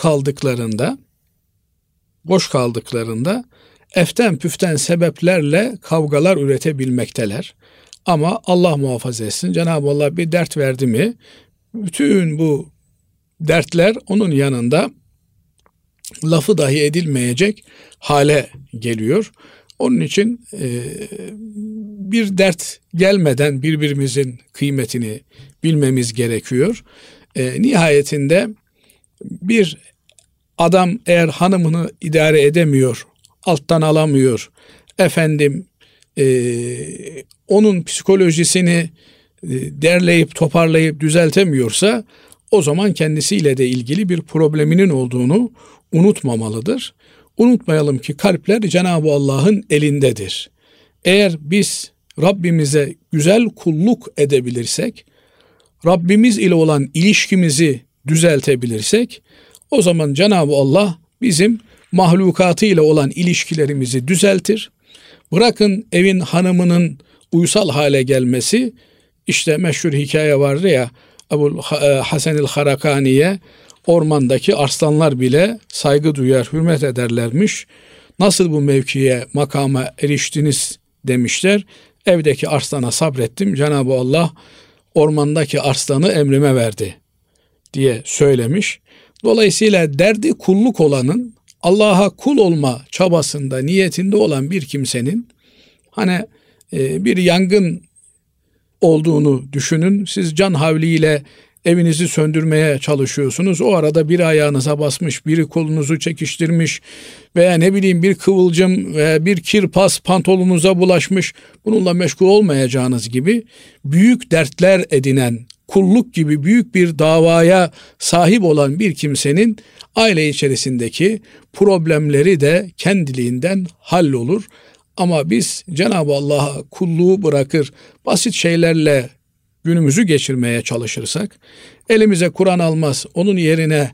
[SPEAKER 2] kaldıklarında eften püften sebeplerle kavgalar üretebilmekteler. Ama Allah muhafaza etsin, Cenab-ı Allah bir dert verdi mi bütün bu dertler onun yanında lafı dahi edilmeyecek hale geliyor. Onun için bir dert gelmeden birbirimizin kıymetini bilmemiz gerekiyor. Nihayetinde bir adam eğer hanımını idare edemiyor, alttan alamıyor, onun psikolojisini derleyip toparlayıp düzeltemiyorsa o zaman kendisiyle de ilgili bir probleminin olduğunu unutmamalıdır. Unutmayalım ki kalpler Cenab-ı Allah'ın elindedir. Eğer biz Rabbimize güzel kulluk edebilirsek, Rabbimiz ile olan ilişkimizi düzeltebilirsek, o zaman Cenab-ı Allah bizim mahlukatı ile olan ilişkilerimizi düzeltir. Bırakın evin hanımının uysal hale gelmesi, işte meşhur hikaye vardı ya, Ebu Hasan el-Harakani'ye ormandaki arslanlar bile saygı duyar, hürmet ederlermiş. Nasıl bu mevkiye, makama eriştiniz demişler. Evdeki arslana sabrettim. Cenab-ı Allah ormandaki arslanı emrime verdi diye söylemiş. Dolayısıyla derdi kulluk olanın, Allah'a kul olma çabasında, niyetinde olan bir kimsenin bir yangın olduğunu düşünün. Siz can havliyle evinizi söndürmeye çalışıyorsunuz. O arada biri ayağınıza basmış, biri kolunuzu çekiştirmiş veya bir kıvılcım veya bir kirpas pantolonunuza bulaşmış. Bununla meşgul olmayacağınız gibi büyük dertler edinen, kulluk gibi büyük bir davaya sahip olan bir kimsenin aile içerisindeki problemleri de kendiliğinden hallolur. Ama biz Cenab-ı Allah'a kulluğu bırakır, basit şeylerle günümüzü geçirmeye çalışırsak, elimize Kur'an almaz, onun yerine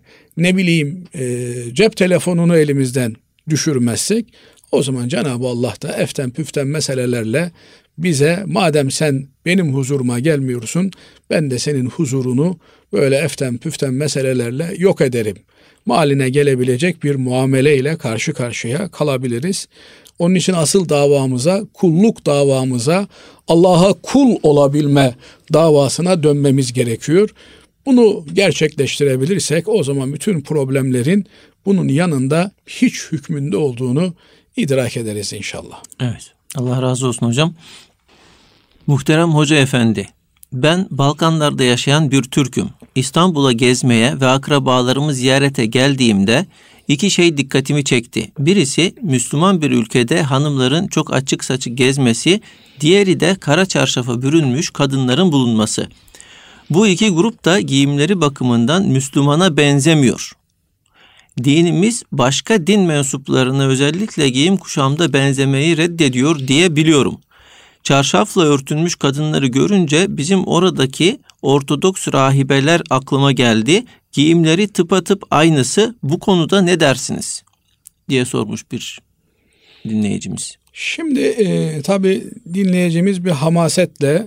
[SPEAKER 2] cep telefonunu elimizden düşürmezsek, o zaman Cenab-ı Allah da eften püften meselelerle bize, madem sen benim huzuruma gelmiyorsun, ben de senin huzurunu böyle eften püften meselelerle yok ederim maline gelebilecek bir muameleyle karşı karşıya kalabiliriz. Onun için asıl davamıza, kulluk davamıza, Allah'a kul olabilme davasına dönmemiz gerekiyor. Bunu gerçekleştirebilirsek o zaman bütün problemlerin bunun yanında hiç hükmünde olduğunu idrak ederiz inşallah.
[SPEAKER 1] Evet. Allah razı olsun hocam. Muhterem Hoca Efendi, ben Balkanlarda yaşayan bir Türk'üm. İstanbul'a gezmeye ve akrabalarımı ziyarete geldiğimde iki şey dikkatimi çekti. Birisi Müslüman bir ülkede hanımların çok açık saçık gezmesi, diğeri de kara çarşafa bürünmüş kadınların bulunması. Bu iki grup da giyimleri bakımından Müslümana benzemiyor. Dinimiz başka din mensuplarına özellikle giyim kuşamda benzemeyi reddediyor diye biliyorum. Çarşafla örtünmüş kadınları görünce bizim oradaki Ortodoks rahibeler aklıma geldi. Giyimleri tıpatıp aynısı. Bu konuda ne dersiniz? Diye sormuş bir dinleyicimiz.
[SPEAKER 2] Şimdi tabii dinleyicimiz bir hamasetle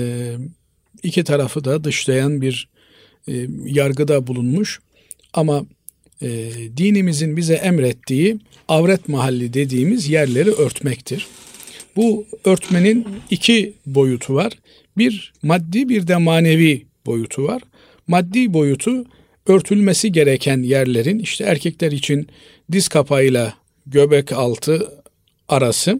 [SPEAKER 2] iki tarafı da dışlayan bir yargıda bulunmuş. Ama dinimizin bize emrettiği avret mahalli dediğimiz yerleri örtmektir. Bu örtmenin iki boyutu var. Bir maddi, bir de manevi boyutu var. Maddi boyutu örtülmesi gereken yerlerin, işte erkekler için diz kapağıyla göbek altı arası,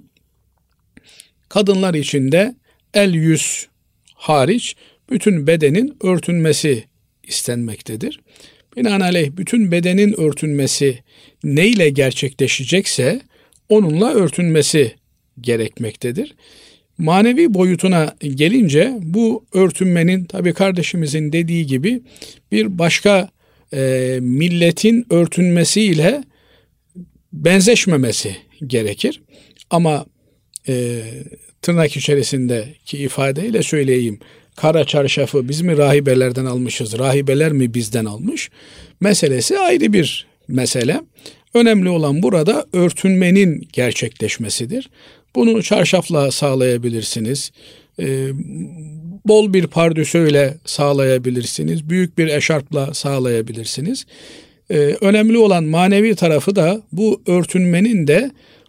[SPEAKER 2] kadınlar için de el yüz hariç bütün bedenin örtülmesi istenmektedir. Binaenaleyh bütün bedenin örtülmesi neyle gerçekleşecekse onunla örtülmesi gerekmektedir. Manevi boyutuna gelince bu örtünmenin tabii kardeşimizin dediği gibi bir başka milletin örtünmesiyle benzeşmemesi gerekir. Ama tırnak içerisindeki ifadeyle söyleyeyim. Kara çarşafı biz mi rahibelerden almışız, rahibeler mi bizden almış? Meselesi ayrı bir mesele. Önemli olan burada örtünmenin gerçekleşmesidir. Bunu çarşafla sağlayabilirsiniz. Bol bir pardösüyle sağlayabilirsiniz. Büyük bir eşarpla sağlayabilirsiniz. Önemli olan manevi tarafı da bu örtünmenin de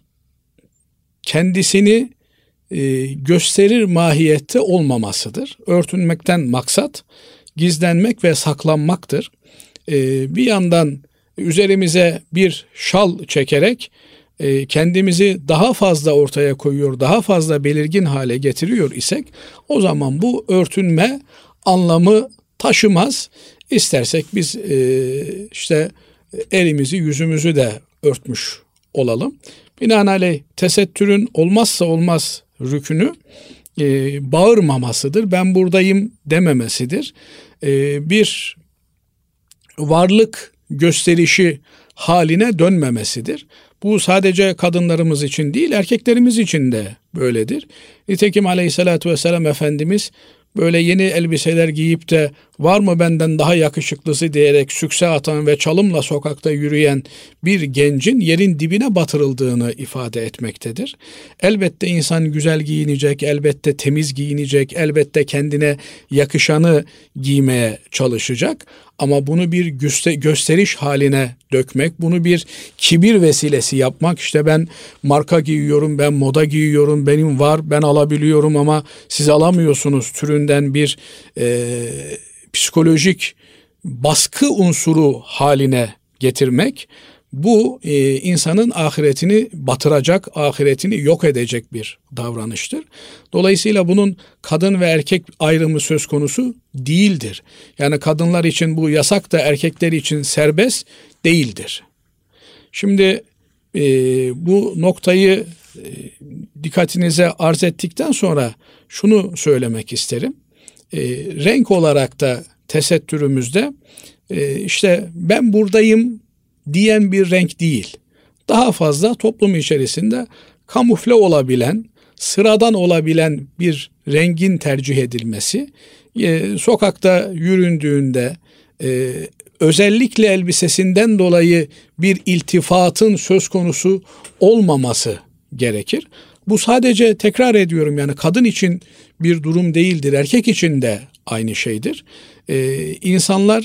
[SPEAKER 2] kendisini gösterir mahiyette olmamasıdır. Örtünmekten maksat gizlenmek ve saklanmaktır. Bir yandan üzerimize bir şal çekerek kendimizi daha fazla ortaya koyuyor, daha fazla belirgin hale getiriyor isek o zaman bu örtünme anlamı taşımaz. İstersek biz işte elimizi yüzümüzü de örtmüş olalım. Binaenaleyh tesettürün olmazsa olmaz rükünü bağırmamasıdır. Ben buradayım dememesidir. Bir varlık gösterişi haline dönmemesidir. Bu sadece kadınlarımız için değil, erkeklerimiz için de böyledir. Nitekim Aleyhisselatü Vesselam Efendimiz böyle yeni elbiseler giyip de var mı benden daha yakışıklısı diyerek sükse atan ve çalımla sokakta yürüyen bir gencin yerin dibine batırıldığını ifade etmektedir. Elbette insan güzel giyinecek, elbette temiz giyinecek, elbette kendine yakışanı giymeye çalışacak. Ama bunu bir gösteriş haline dökmek, bunu bir kibir vesilesi yapmak, işte ben marka giyiyorum, ben moda giyiyorum, benim var, ben alabiliyorum ama siz alamıyorsunuz türünden bir psikolojik baskı unsuru haline getirmek, bu insanın ahiretini batıracak, ahiretini yok edecek bir davranıştır. Dolayısıyla bunun kadın ve erkek ayrımı söz konusu değildir. Yani kadınlar için bu yasak da erkekler için serbest değildir. Şimdi bu noktayı dikkatinize arz ettikten sonra şunu söylemek isterim. Renk olarak da tesettürümüzde işte ben buradayım diyen bir renk değil. Daha fazla toplum içerisinde kamufle olabilen, sıradan olabilen bir rengin tercih edilmesi, sokakta yüründüğünde özellikle elbisesinden dolayı bir iltifatın söz konusu olmaması gerekir. Bu sadece tekrar ediyorum yani kadın için bir durum değildir, erkek için de aynı şeydir. İnsanlar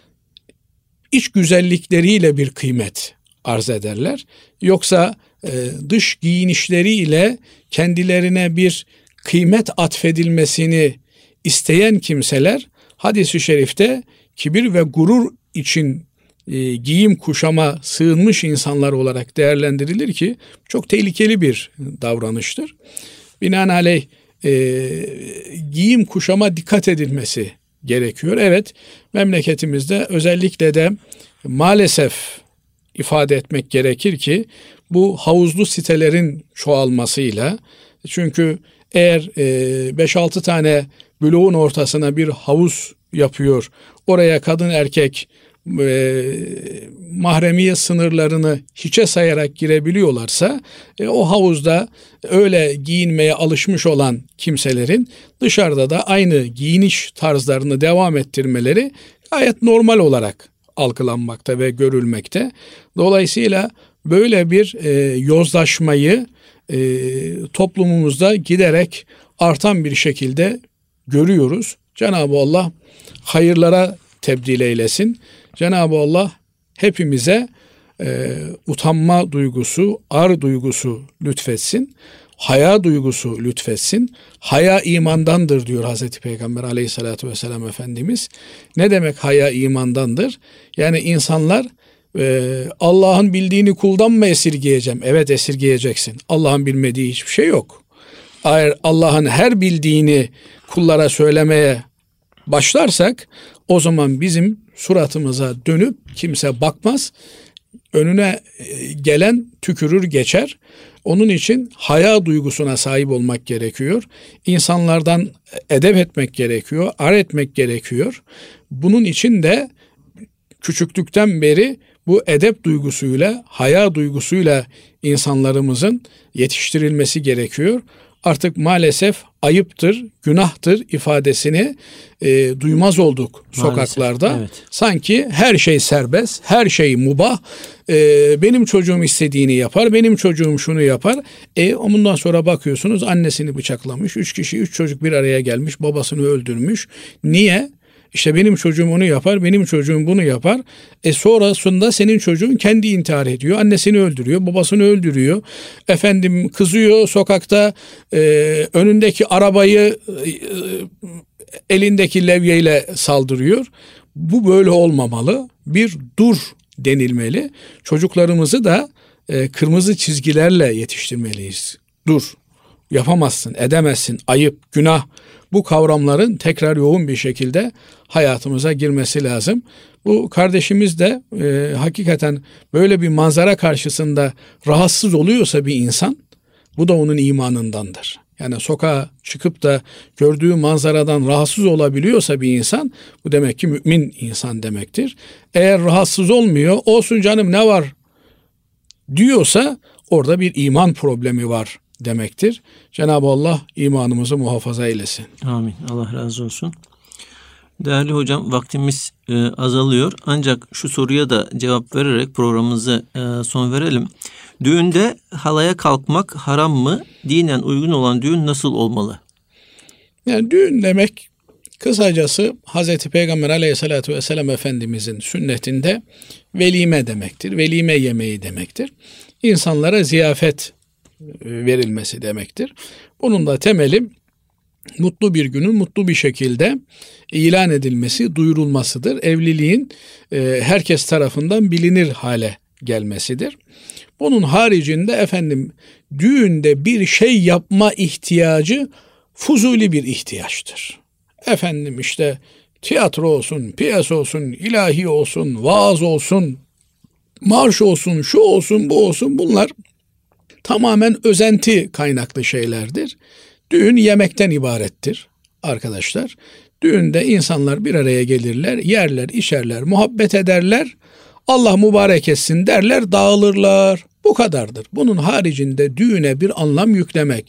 [SPEAKER 2] iç güzellikleriyle bir kıymet arz ederler. Yoksa dış giyinişleriyle kendilerine bir kıymet atfedilmesini isteyen kimseler hadis-i şerifte kibir ve gurur için giyim kuşama sığınmış insanlar olarak değerlendirilir ki çok tehlikeli bir davranıştır. Binaenaleyh giyim kuşama dikkat edilmesi gerekiyor. Evet, memleketimizde özellikle de maalesef ifade etmek gerekir ki bu havuzlu sitelerin çoğalmasıyla, çünkü eğer 5-6 tane bloğun ortasına bir havuz yapıyor, oraya kadın erkek mahremiyet sınırlarını hiçe sayarak girebiliyorlarsa o havuzda öyle giyinmeye alışmış olan kimselerin dışarıda da aynı giyiniş tarzlarını devam ettirmeleri gayet normal olarak algılanmakta ve görülmekte. Dolayısıyla böyle bir yozlaşmayı toplumumuzda giderek artan bir şekilde görüyoruz. Cenab-ı Allah hayırlara tebdil eylesin. Cenab-ı Allah hepimize utanma duygusu, ar duygusu lütfetsin. Haya duygusu lütfetsin. Haya imandandır diyor Hazreti Peygamber aleyhissalatü vesselam Efendimiz. Ne demek haya imandandır? Yani insanlar Allah'ın bildiğini kuldan mı esirgeyeceğim? Evet, esirgeyeceksin. Allah'ın bilmediği hiçbir şey yok. Eğer Allah'ın her bildiğini kullara söylemeye başlarsak o zaman bizim suratımıza dönüp kimse bakmaz. Önüne gelen tükürür geçer. Onun için haya duygusuna sahip olmak gerekiyor. İnsanlardan edep etmek gerekiyor, ar etmek gerekiyor. Bunun için de küçüklükten beri bu edep duygusuyla, haya duygusuyla insanlarımızın yetiştirilmesi gerekiyor. Artık maalesef ayıptır, günahtır ifadesini duymaz olduk sokaklarda.
[SPEAKER 1] Maalesef, evet.
[SPEAKER 2] Sanki her şey serbest, her şey mubah. Benim çocuğum istediğini yapar, benim çocuğum şunu yapar. Ondan sonra bakıyorsunuz annesini bıçaklamış, 3 kişi, 3 çocuk bir araya gelmiş, babasını öldürmüş. Niye? İşte benim çocuğum onu yapar, benim çocuğum bunu yapar. Sonrasında senin çocuğun kendi intihar ediyor, annesini öldürüyor, babasını öldürüyor. Efendim kızıyor sokakta, önündeki arabayı elindeki levyeyle saldırıyor. Bu böyle olmamalı. Bir dur denilmeli. Çocuklarımızı da kırmızı çizgilerle yetiştirmeliyiz. Dur, yapamazsın, edemezsin, ayıp, günah. Bu kavramların tekrar yoğun bir şekilde hayatımıza girmesi lazım. Bu kardeşimiz de hakikaten böyle bir manzara karşısında rahatsız oluyorsa bir insan, bu da onun imanındandır. Yani sokağa çıkıp da gördüğü manzaradan rahatsız olabiliyorsa bir insan, bu demek ki mümin insan demektir. Eğer rahatsız olmuyor, olsun canım ne var diyorsa orada bir iman problemi var demektir. Cenab-ı Allah imanımızı muhafaza eylesin.
[SPEAKER 1] Amin. Allah razı olsun. Değerli hocam, vaktimiz azalıyor. Ancak şu soruya da cevap vererek programımızı son verelim. Düğünde halaya kalkmak haram mı? Dinen uygun olan düğün nasıl olmalı?
[SPEAKER 2] Yani düğün demek kısacası Hazreti Peygamber Aleyhisselatü Vesselam Efendimizin sünnetinde velime demektir. Velime yemeği demektir. İnsanlara ziyafet verilmesi demektir. Bunun da temeli mutlu bir günün mutlu bir şekilde ilan edilmesi, duyurulmasıdır. Evliliğin herkes tarafından bilinir hale gelmesidir. Bunun haricinde düğünde bir şey yapma ihtiyacı fuzuli bir ihtiyaçtır. İşte tiyatro olsun, piyes olsun, ilahi olsun, vaaz olsun, marş olsun, şu olsun, bu olsun, bunlar tamamen özenti kaynaklı şeylerdir. Düğün yemekten ibarettir arkadaşlar. Düğünde insanlar bir araya gelirler, yerler, içerler, muhabbet ederler. Allah mübarek etsin derler, dağılırlar. Bu kadardır. Bunun haricinde düğüne bir anlam yüklemek,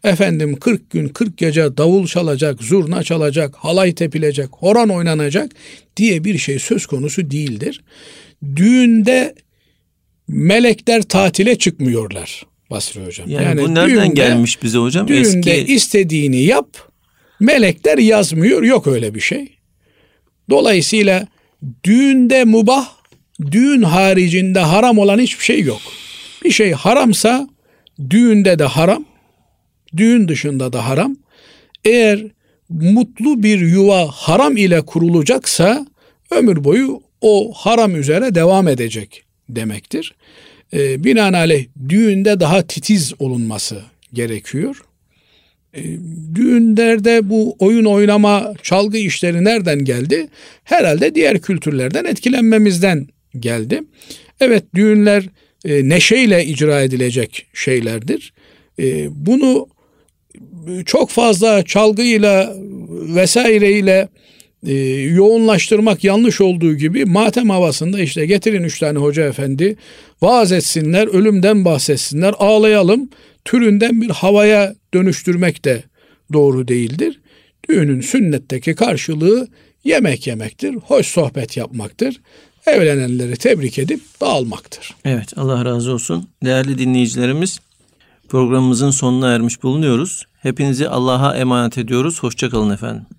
[SPEAKER 2] 40 gün 40 gece davul çalacak, zurna çalacak, halay tepilecek, horon oynanacak diye bir şey söz konusu değildir. Düğünde melekler tatile çıkmıyorlar Basri Hocam.
[SPEAKER 1] Yani bu nereden gelmiş bize hocam?
[SPEAKER 2] Düğünde istediğini yap, melekler yazmıyor, yok öyle bir şey. Dolayısıyla düğünde mubah, düğün haricinde haram olan hiçbir şey yok. Bir şey haramsa düğünde de haram, düğün dışında da haram. Eğer mutlu bir yuva haram ile kurulacaksa ömür boyu o haram üzere devam edecek demektir. Binaenaleyh düğünde daha titiz olunması gerekiyor. Düğünlerde bu oyun oynama, çalgı işleri nereden geldi? Herhalde diğer kültürlerden etkilenmemizden geldi. Evet, düğünler neşeyle icra edilecek şeylerdir. Bunu çok fazla çalgıyla vesaireyle yoğunlaştırmak yanlış olduğu gibi matem havasında işte getirin 3 tane hoca efendi vaaz etsinler, ölümden bahsetsinler, ağlayalım türünden bir havaya dönüştürmek de doğru değildir. Düğünün sünnetteki karşılığı yemek yemektir, hoş sohbet yapmaktır. Evlenenleri tebrik edip dağılmaktır.
[SPEAKER 1] Evet, Allah razı olsun. Değerli dinleyicilerimiz, programımızın sonuna ermiş bulunuyoruz. Hepinizi Allah'a emanet ediyoruz. Hoşça kalın efendim.